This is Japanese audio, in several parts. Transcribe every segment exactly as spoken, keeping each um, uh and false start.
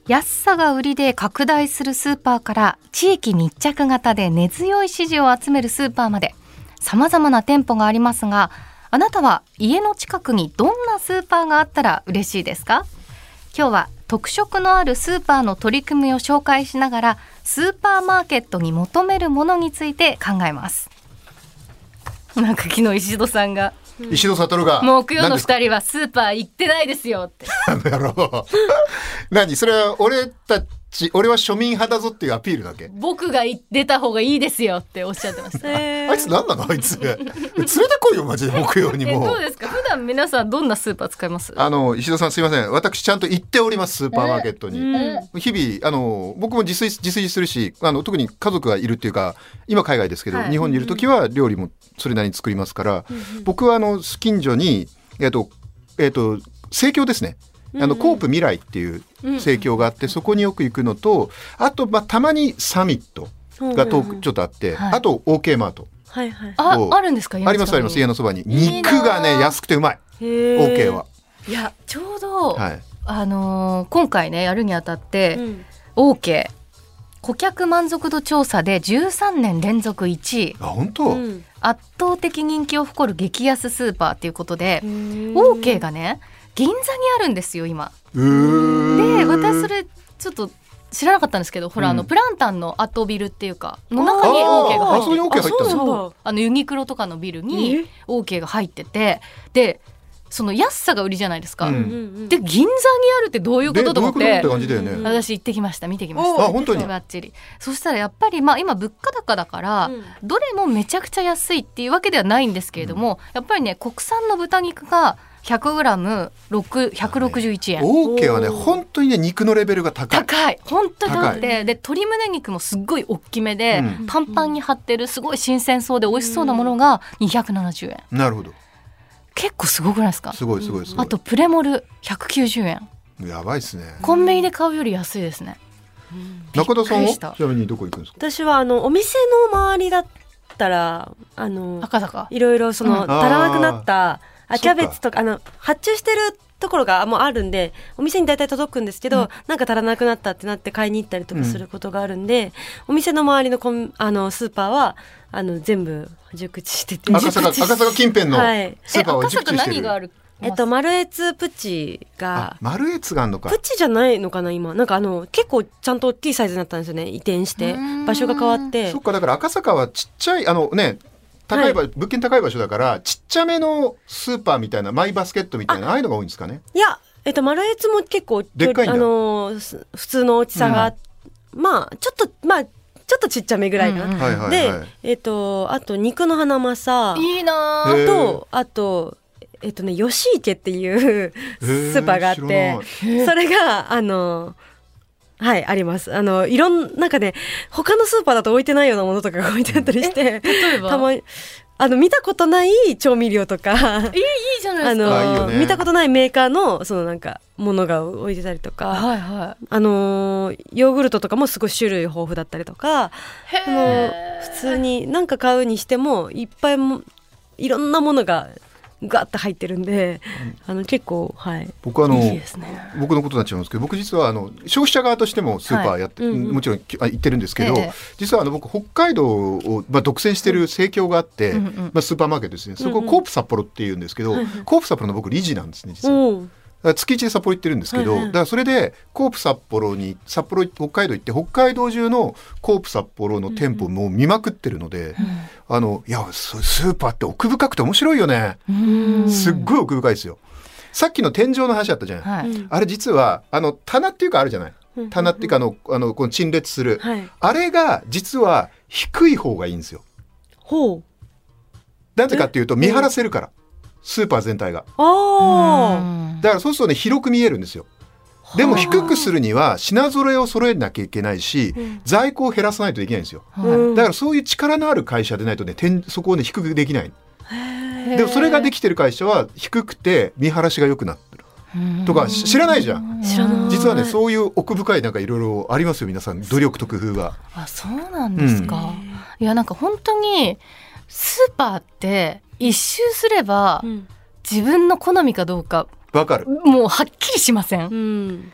安さが売りで拡大するスーパーから地域密着型で根強い支持を集めるスーパーまで様々な店舗がありますが、あなたは家の近くにどんなスーパーがあったら嬉しいですか？今日は特色のあるスーパーの取り組みを紹介しながら、スーパーマーケットに求めるものについて考えます。なんか昨日石戸さんが、 石戸悟が木曜のふたりはスーパー行ってないですよってやろう何それは俺たち俺は庶民派だぞっていうアピールだけ。 僕が出た方がいいですよっておっしゃってました、 えー、あいつ何なのあいつ連れてこいよマジで木曜にも。 どうですか、普段皆さんどんなスーパー使います？ あの石戸さんすいません、私ちゃんと行っておりますスーパーマーケットに、 えー、 日々あの僕も自炊自炊するし、あの特に家族がいるっていうか今海外ですけど、はい、日本にいる時は料理もそれなりに作りますから、うんうん、僕はあの近所にえっとえっと生協ですね、あのコープ未来っていう生協があって、うん、そこによく行くのと、あと、まあ、たまにサミットが遠くちょっとあって、はい、あと OK マート、 はいはい、あ, あるんですか？ ありますあります、家のそばに。肉がね安くてうまい OK は。 いやちょうど、はい、あのー、今回ねやるにあたって、うん、OK 顧客満足度調査でじゅうさんねん連続いちい、 あ本当、うん、 圧倒的人気を誇る激安スーパーということで OK がね銀座にあるんですよ今。で私それちょっと知らなかったんですけど、ほら、うん、あのプランタンのアトビルっていうかの中に OK が入ってて、 ああそうそうあのユニクロとかのビルに OK が入ってて、でその安さが売りじゃないですか、うん、で銀座にあるってどういうことと思って、 どういうことって感じだよね。 私行ってきました見てきました。 あ本当にバッチリ。そしたらやっぱり、まあ、今物価高だから、うん、どれもめちゃくちゃ安いっていうわけではないんですけれども、うん、やっぱりね国産の豚肉が ひゃくグラムひゃくろくじゅういちえん。 OK はね本当にね肉のレベルが高い高い本当に高くて、で鶏胸肉もすっごい大きめで、うん、パンパンに張ってるすごい新鮮そうで美味しそうなものがにひゃくななじゅうえん。 なるほど、 結構すごくないですか？ すごいすごいすごい。 あとプレモルひゃくきゅうじゅうえん。 やばいですね。 コンビニで買うより安いですね。 中田さんはちなみにどこ行くんですか？ 私はあのお店の周りだったらあの赤坂いろいろその、うん、足らなくなったあキャベツとかあの発注してるところがもうあるんでお店に大体届くんですけど、うん、なんか足らなくなったってなって買いに行ったりとかすることがあるんで、うん、お店の周りのコンあのスーパーはあの全部熟知してて、 赤坂、赤坂近辺のスーパーは熟知してる、はい、赤坂何がある？ えっと、マルエツプチがマルエツがあるのか。 プチじゃないのかな今。なんかあの結構ちゃんと大きいサイズになったんですよね、移転して場所が変わって。 そっか、だから赤坂はちっちゃいあのね高い、はい、物件高い場所だからちっちゃめのスーパーみたいなマイバスケットみたいなああいうのが多いんですかね。 いや、えっと、マルエツも結構でっかいんだ、 あの普通の大きさが、うん、まあちょっとまあちょっとちっちゃめぐらいかな、うん、で、えっと、あと肉のハナマサいいなとあとえっとね吉池っていうスーパーがあってそれがあのはいあります。あのいろんなんかね他のスーパーだと置いてないようなものとかが置いてあったりして、 例えばたまにあの見たことない調味料とかいい、いいじゃないですか。 あのいいよね、 見たことないメーカーのそのなんかものが置いてたりとか、 はいはい、 あのヨーグルトとかもすごい種類豊富だったりとか、あの普通に何か買うにしてもいっぱいもいろんなものがガッと入ってるんで、あの結構、はい、 僕あのいいですね。 僕のことになっちゃうんですけど、僕実はあの消費者側としてもスーパーやって、はい、もちろん行ってるんですけど、ええ、実はあの僕北海道を、まあ、独占してる生協があって、うんうん、まあ、スーパーマーケットですね。そこコープ札幌っていうんですけど、うんうん、コープ札幌の僕理事なんですね実は。うん月いちで札幌行ってるんですけど、はいはい、だからそれでコープ札幌に札幌北海道行って北海道中のコープ札幌の店舗も見まくってるので、うんうん、あのいやスーパーって奥深くて面白いよね。すっごい奥深いですよ。さっきの天井の話あったじゃない、はい、あれ実はあの棚っていうかあるじゃない、棚っていうかあのあのこの陳列する、はい、あれが実は低い方がいいんですよ。 ほう。 なぜかっていうと見晴らせるから、スーパー全体が。 あだからそうするとね広く見えるんですよ。でも低くするには品揃えを揃えなきゃいけないし、うん、在庫を減らさないとできないんですよ、うん、だからそういう力のある会社でないとねそこをね低くできない。でもそれができてる会社は低くて見晴らしが良くなってるとか知らないじゃん。 知らない。 実はねそういう奥深いなんかいろいろありますよ皆さん、努力と工夫が。 あ、そうなんですか、うん、いやなんか本当にスーパーって一周すれば、うん、自分の好みかどうかわかる。 もうはっきりしません、 うん、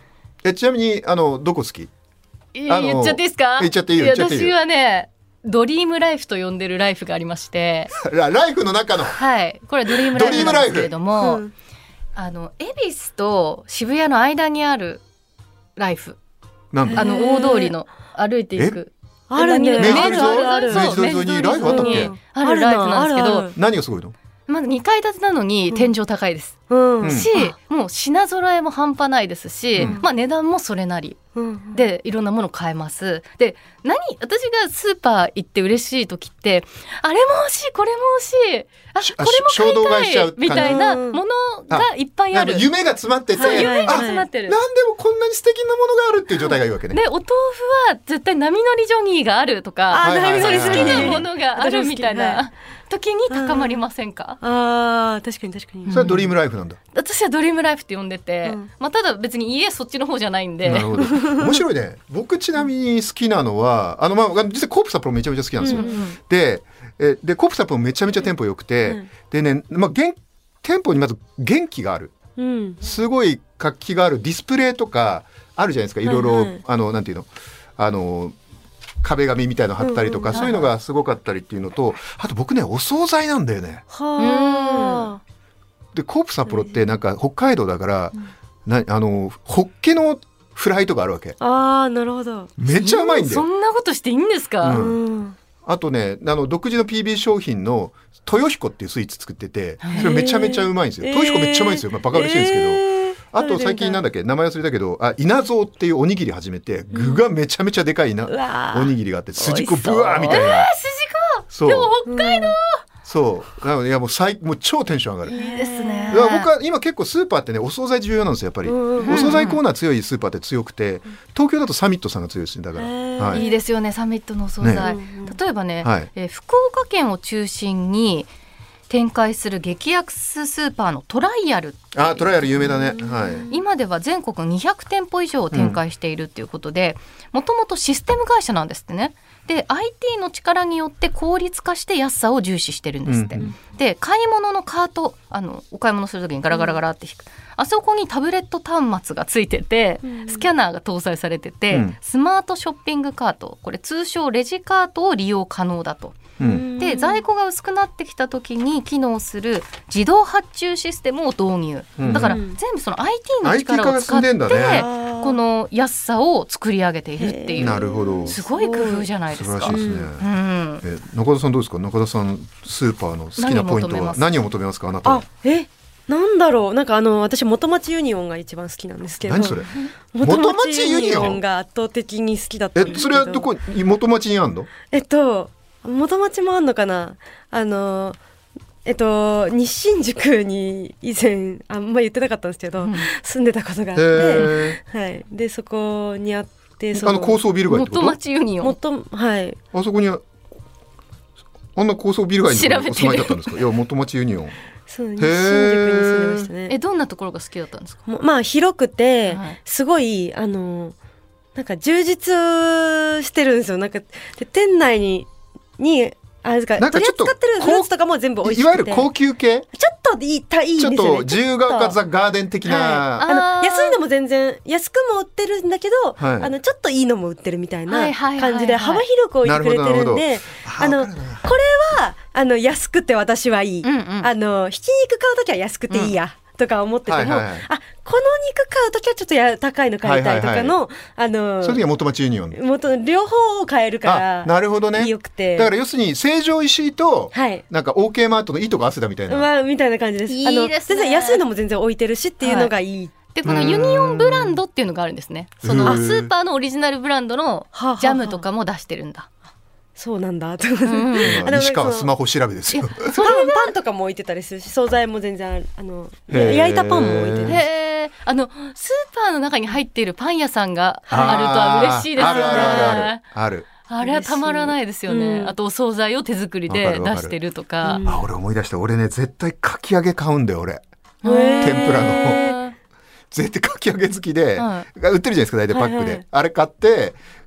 えちなみにあのどこ好き？ えー、言っちゃっていいですか？ 言っちゃっていいよ。言っちゃっていいよ。 私はねドリームライフと呼んでるライフがありましてライフの中のはいこれドリームライフなんですけれども、うん、あの恵比寿と渋谷の間にあるライフ、なんあの大通りの歩いていくあるね、 明治通り沿いにライフあったっけ？ あるライフなんですけど、 何がすごいの？ まずにかい建てなのに天井高いです、うん、し、うん、もう品揃えも半端ないですし、うん、まあ値段もそれなり、うん、でいろんなもの買えます。で何私がスーパー行って嬉しい時ってあれも欲しいこれも欲しいあこれも買いたいみたいなものがいっぱいある。 夢が詰まってて、 夢が詰まってる。 何でもこんなに素敵なものがあるっていう状態がいいわけね。 でお豆腐は絶対波乗りジョニーがあるとか、好きなものがあるみたいな時に高まりませんか？ ああ確かに確かに。 それはドリームライフなんだ。 私はドリームライフって呼んでて、うん、まあただ別に家そっちの方じゃないんで。 なるほど。面白いね。僕ちなみに好きなのはあのまあ実際コープサプロめちゃめちゃ好きなんですよ。うんうん、でえでコープサプロめちゃめちゃテンポ良くて、うん、でねまあテンポにまず元気がある、うん、すごい活気があるディスプレイとかあるじゃないですか。いろいろ、はいはい、あのなんていうのあの壁紙みたいなの貼ったりとか、うんうん、そういうのがすごかったりっていうのと、あと僕ねお惣菜なんだよね。はでコープ札幌ってなんか北海道だから、うん、なあのホッケのフライとかあるわけ。 あーなるほど。 めっちゃうまいんだよ。 そんなことしていいんですか？うん、 あとねあの独自の ピービー 商品の豊彦っていうスイーツ作っててそれめちゃめちゃうまいんですよ。豊彦めっちゃうまいんですよ、まあ、バカ売れしてるんですけど、えーあと最近なんだっけ名前忘れたけどあ稲造っていうおにぎり始めて具がめちゃめちゃでかいな、うん、おにぎりがあって筋子ブワーみたいな、 えー、筋子そうでも北海道、うん、そうなのでいやもう最もう超テンション上がる。 いいですね。 僕は今結構スーパーってねお惣菜重要なんですよやっぱり、うんうんうん、お惣菜コーナー強いスーパーって強くて東京だとサミットさんが強いですね。だから、 はい、いいですよねサミットのお惣菜、ね、例えばね、はいえー、福岡県を中心に展開する激安スーパーのトライアル。 あトライアル有名だね、はい、 今では全国にひゃくてんぽ以上を展開しているということでもともとシステム会社なんですってね。で アイティー の力によって効率化して安さを重視してるんですって、うんうん、で買い物のカートあのお買い物するときにガラガラガラって引く、うん、あそこにタブレット端末がついてて、うん、スキャナーが搭載されてて、うん、スマートショッピングカートこれ通称レジカートを利用可能だと、うん、で在庫が薄くなってきた時に機能する自動発注システムを導入、うん、だから全部その アイティー の力を使って、ね、この安さを作り上げているっていう。 なるほど。 すごい工夫じゃないですか。 素晴らしいですね、うん、え中田さんどうですか？中田さんスーパーの好きなポイントは何を求めますか？あなたは。あえなんだろうなんかあの私元町ユニオンが一番好きなんですけど。 何それ？ 元町ユニオンが圧倒的に好きだったんですけど。 えそれはどこ元町にあんの？ えっと元町もあんのかなあのえっと西新宿に以前あんま言ってなかったんですけど、うん、住んでたことがあって、はい、でそこにあってそのあの高層ビル街ってこと？ 元町ユニオン元はいあそこにああんな高層ビル街にお住まいだったんですか？いや元町ユニオンそう西新宿に住んでましたね。 えどんなところが好きだったんですか？ まあ広くて、はい、すごいあのなんか充実してるんですよ。なんかで店内ににあれですか、取り扱ってるフルーツとかも全部美味しくて、 いわゆる高級系ちょっといい、いいんですよね。 ちょっと自由が丘ザガーデン的な、はい、 あの安いのも全然安くも売ってるんだけど、はい、あのちょっといいのも売ってるみたいな感じで幅広く置いてくれてるんで、あのこれはあの安くて私はいい、うんうん、あのひき肉買うときは安くていいや、うんとか思ってても、はいはいはい、あこの肉買うときはちょっとや高いの買いたいとかの、はいはいはい、あのそういう時は元町ユニオン元両方を買えるからなるほどね。 よくてだから要するに成城石井と、はい、なんか OK マートのいいとこ合わせたみたいな、 まあ、みたいな感じです。 いいですね。 あの全然安いのも全然置いてるしっていうのがいい、はい、 でこのユニオンブランドっていうのがあるんですね。そのスーパーのオリジナルブランドのジャムとかも出してるんだ。 そうなんだ、うん、 西川スマホ調べですよ。 パン、パンとかも置いてたりするし惣菜も全然あの焼いたパンも置いてるし、 へあのスーパーの中に入っているパン屋さんがあるとは嬉しいですよね。あるあるあるあるあれはたまらないですよね、うん、あとお惣菜を手作りで出してるとか、 うん、あ俺思い出した。俺ね絶対かき揚げ買うんだよ俺。天ぷらの絶対かき揚げ好きで、うん、売ってるじゃないですか大体パックで、はいはい、あれ買って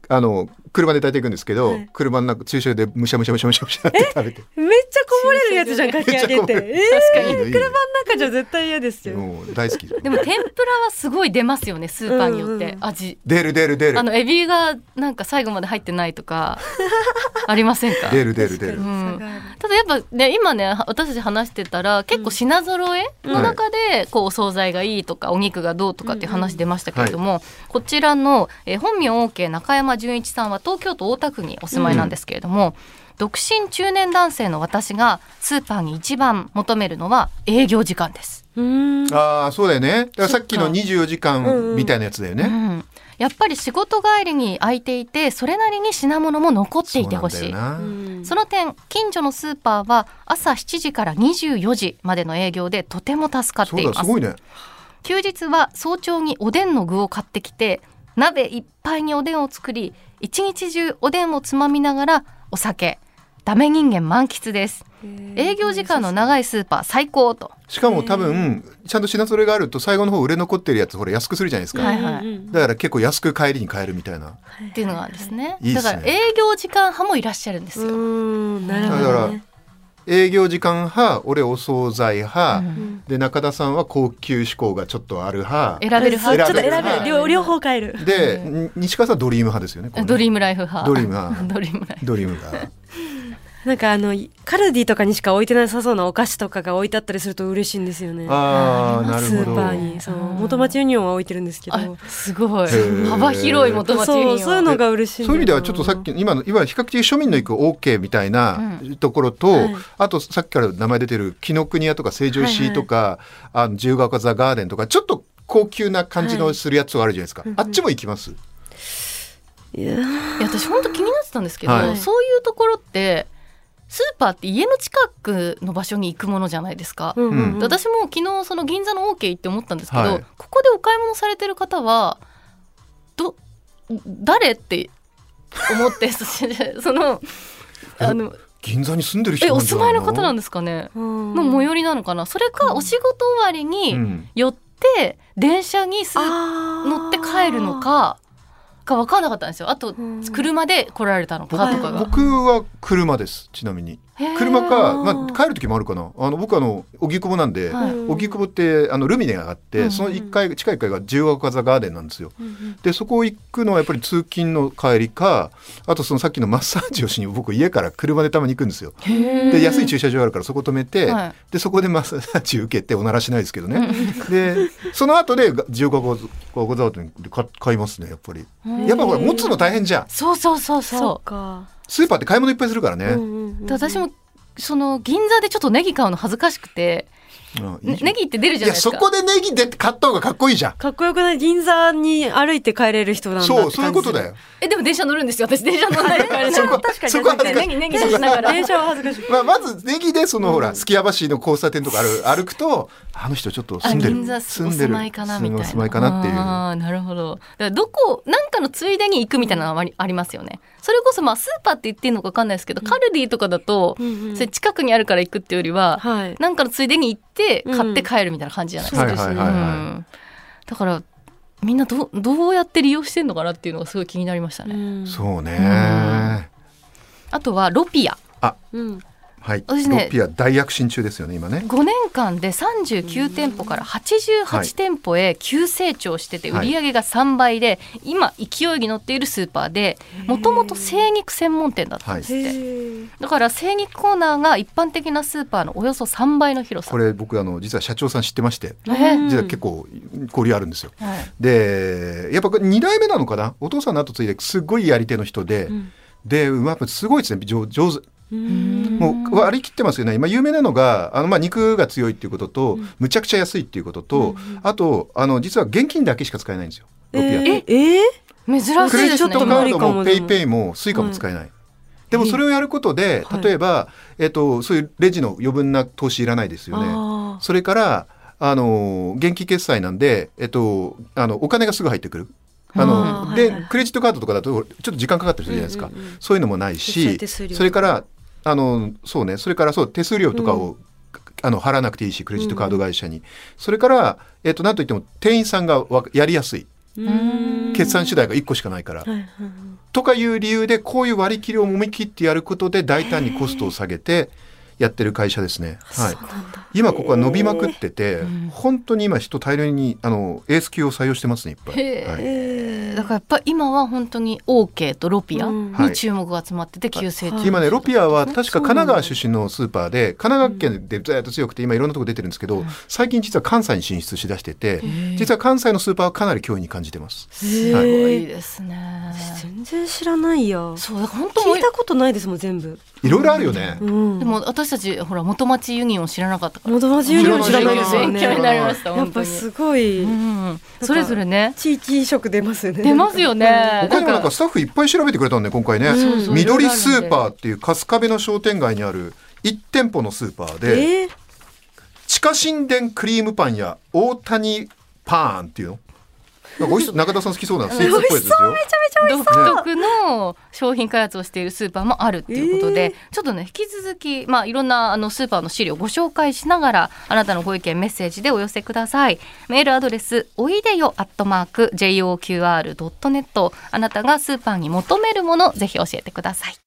あの車で炊いていくんですけど、 はい、 車の中駐車でむしゃむしゃむしゃむしゃむしゃって食べてめっちゃこぼれるやつじゃんかき揚げって、えー、 確かに車の中じゃ絶対嫌ですよ。 もう大好きでも天ぷらはすごい出ますよね、スーパーによって、うんうん、味出る出る出る。 あのエビがなんか最後まで入ってないとかありませんか？ 出る出る出る、 うん、ただやっぱね今ね私たち話してたら結構品揃えの中でこうお惣菜がいいとかお肉がどうとかっていう話出ましたけれども、うんうん、こちらの、えー、本名 OK 中山純一さんは東京都大田区にお住まいなんですけれども、うん、独身中年男性の私がスーパーに一番求めるのは営業時間です。 うーん、 ああそうだよね。だからさっきのにじゅうよじかんみたいなやつだよね、うんうん、 やっぱり仕事帰りに空いていてそれなりに品物も残っていてほしい。 そ, その点近所のスーパーは朝しちじからにじゅうよじまでの営業でとても助かっています。 そうだすごいね。 休日は早朝におでんの具を買ってきて鍋いっぱいにおでんを作り一日中おでんをつまみながらお酒ダメ人間満喫です。営業時間の長いスーパー最高と。 しかも多分ちゃんと品揃えがあると最後の方売れ残ってるやつほら安くするじゃないですか、 はいはい、 だから結構安く帰りに買えるみたいなっていうのがあるんですね。 いいっすね。 だから営業時間派もいらっしゃるんですよ。 うーん、なるほどね。 だから営業時間派、俺お惣菜派、うん、で中田さんは高級志向がちょっとある派、 選べる派、 ちょっと選べる 両, 両方買えるで、うん、西川さんはドリーム派ですよね。 ドリームライフ派。 ドリーム派ドリームライフドリームがなんかあのカルディとかにしか置いてなさそうなお菓子とかが置いてあったりすると嬉しいんですよね。 あー、なるほど。 スーパーにそう元町ユニオンは置いてるんですけど、 すごい幅広い元町ユニオン。 そう、そういうのが嬉しい。 そういう意味ではちょっとさっき今の今比較的庶民の行く OK みたいなところと、うんはい、あとさっきから名前出てる紀ノ国屋とか成城石井とか、はいはい、あの自由が丘ザガーデンとかちょっと高級な感じのするやつはあるじゃないですか、はい、あっちも行きます？ いや、 いや私本当気になってたんですけど、はい、そういうところってスーパーって家の近くの場所に行くものじゃないですか、うんうんうん、私も昨日その銀座の OK 行って思ったんですけど、はい、ここでお買い物されてる方はど誰って思ってそのあの銀座に住んでる人なんじゃないの？ えお住まいの方なんですかね、の最寄りなのかな。それかお仕事終わりに寄って電車にす乗って帰るのかか分からなかったんですよ。あと車で来られたのかとかが。 僕は車です。ちなみに車か、まあ、帰る時もあるかな。あの僕あの荻窪なんで、はい、荻窪ってあのルミネがあって、うんうん、そのいっかい近いいっかいが自由が丘ザガーデンなんですよ、うんうん、でそこ行くのはやっぱり通勤の帰りか、あとそのさっきのマッサージをしに僕家から車でたまに行くんですよ。で安い駐車場あるからそこ止めて、はい、でそこでマッサージ受けておならしないですけどねでその後で自由が丘ザガーデンで買いますね。やっぱりやっぱほら持つの大変じゃん。 そうそうそうそう。 そうか。 スーパーって買い物いっぱいするからね、うんうんうん、私もその銀座でちょっとネギ買うの恥ずかしくて、うん、いいネギって出るじゃないですか。 いやそこでネギで買った方がかっこいいじゃん。 かっこよくない？銀座に歩いて帰れる人なんだって感じ。 そうそういうことだよ。 えでも電車乗るんですよ私。電車乗んないで帰れないそこ確かにそこは恥ずかしい。 ネギネギしながら電車は恥ずかしい、 まあ、まずネギでその、うん、ほらすきや橋の交差点とか歩くとあの人ちょっと住んでる銀座住んでるお住まいかなみたいな。 お住まいかなっていう。 あなるほど。だからどこなんかのついでに行くみたいなのはありますよね。それこそまあスーパーって言っていいのか分かんないですけど、うん、カルディとかだと、うんうん、それ近くにあるから行くっていうよりは、はい、なんかのついでに行って買って帰るみたいな感じじゃないですか、 うんそうですねうん、 だからみんな ど, どうやって利用してんのかなっていうのがすごい気になりましたね、うん、 そうね、 うん、あとはロピア。 あ、うんはい、私ね、ロピア大躍進中ですよね今ね。 ごねんかんでさんじゅうきゅうてんぽからはちじゅうはちてんぽへ急成長してて、売り上げがさんばいで、はい、今勢いに乗っているスーパーで、もともと精肉専門店だったんですって、はい、だから精肉コーナーが一般的なスーパーのおよそさんばいの広さ。 これ僕あの実は社長さん知ってまして、実は結構交流あるんですよ、はい、でやっぱにだいめなのかな、お父さんの後継いですごいやり手の人で、うん、でやっぱすごいですね、上手。もう割り切ってますよね。今有名なのがあの、まあ、肉が強いっていうことと、うん、むちゃくちゃ安いっていうことと、うん、あとあの実は現金だけしか使えないんですよ、ロピアって。 えー、えー、珍しいですね。 クレジットカードもペイペイもスイカも使えない、はい、でもそれをやることで、例えば、はい、えーと、そういうレジの余分な投資いらないですよね。それからあの現金決済なんで、えーと、あのお金がすぐ入ってくる。あので、はいはい、クレジットカードとかだとちょっと時間かかってるじゃないですか、うんうんうん、そういうのもないし、それからあのそうね、それからそう手数料とかを、うん、あの払わなくていいし、クレジットカード会社に、うん、それから、えーと、なんといっても店員さんがやりやすい。 決算次第がいっこしかないから、はいはいはい、とかいう理由でこういう割り切りを思い切ってやることで大胆にコストを下げてやってる会社ですね、はい、今ここは伸びまくってて、本当に今人大量にあのエース級を採用してますね、いっぱい。 へ、はい、だからやっぱ今は本当に オーケー とロピアに注目が集まってて急成長、 はい、今ねロピアは確か神奈川出身のスーパーで神奈川県でずっと強くて今いろんなとこ出てるんですけど、うん、最近実は関西に進出しだしてて、実は関西のスーパーはかなり脅威に感じてます。 すごいですね、 全然知らないや。 そうだから本当聞いたことないですもん全部。 いろいろあるよね、 うん、でも私たちほら元町ユニオン知らなかったから、 元町ユニオン知らないですよね。 勉強になりました。 やっぱすごい、うん、 それぞれね地域色出ますよね。 出ますよね。 他にもなんかスタッフいっぱい調べてくれたんで今回ね、うん、緑スーパーっていう春日部の商店街にあるいち店舗のスーパーで、えー、地下神殿クリームパンや大谷パーンっていうのなんかおいし中田さん好きそうなスイーツっぽいやつですよ。 めちゃめちゃ美味しそう。 独特の商品開発をしているスーパーもあるっていうことで、えー、ちょっとね引き続き、まあ、いろんなあのスーパーの資料をご紹介しながらあなたのご意見メッセージでお寄せください。メールアドレスおいでよアットマーク ジェイオーキューアールドットネット、 あなたがスーパーに求めるものぜひ教えてください。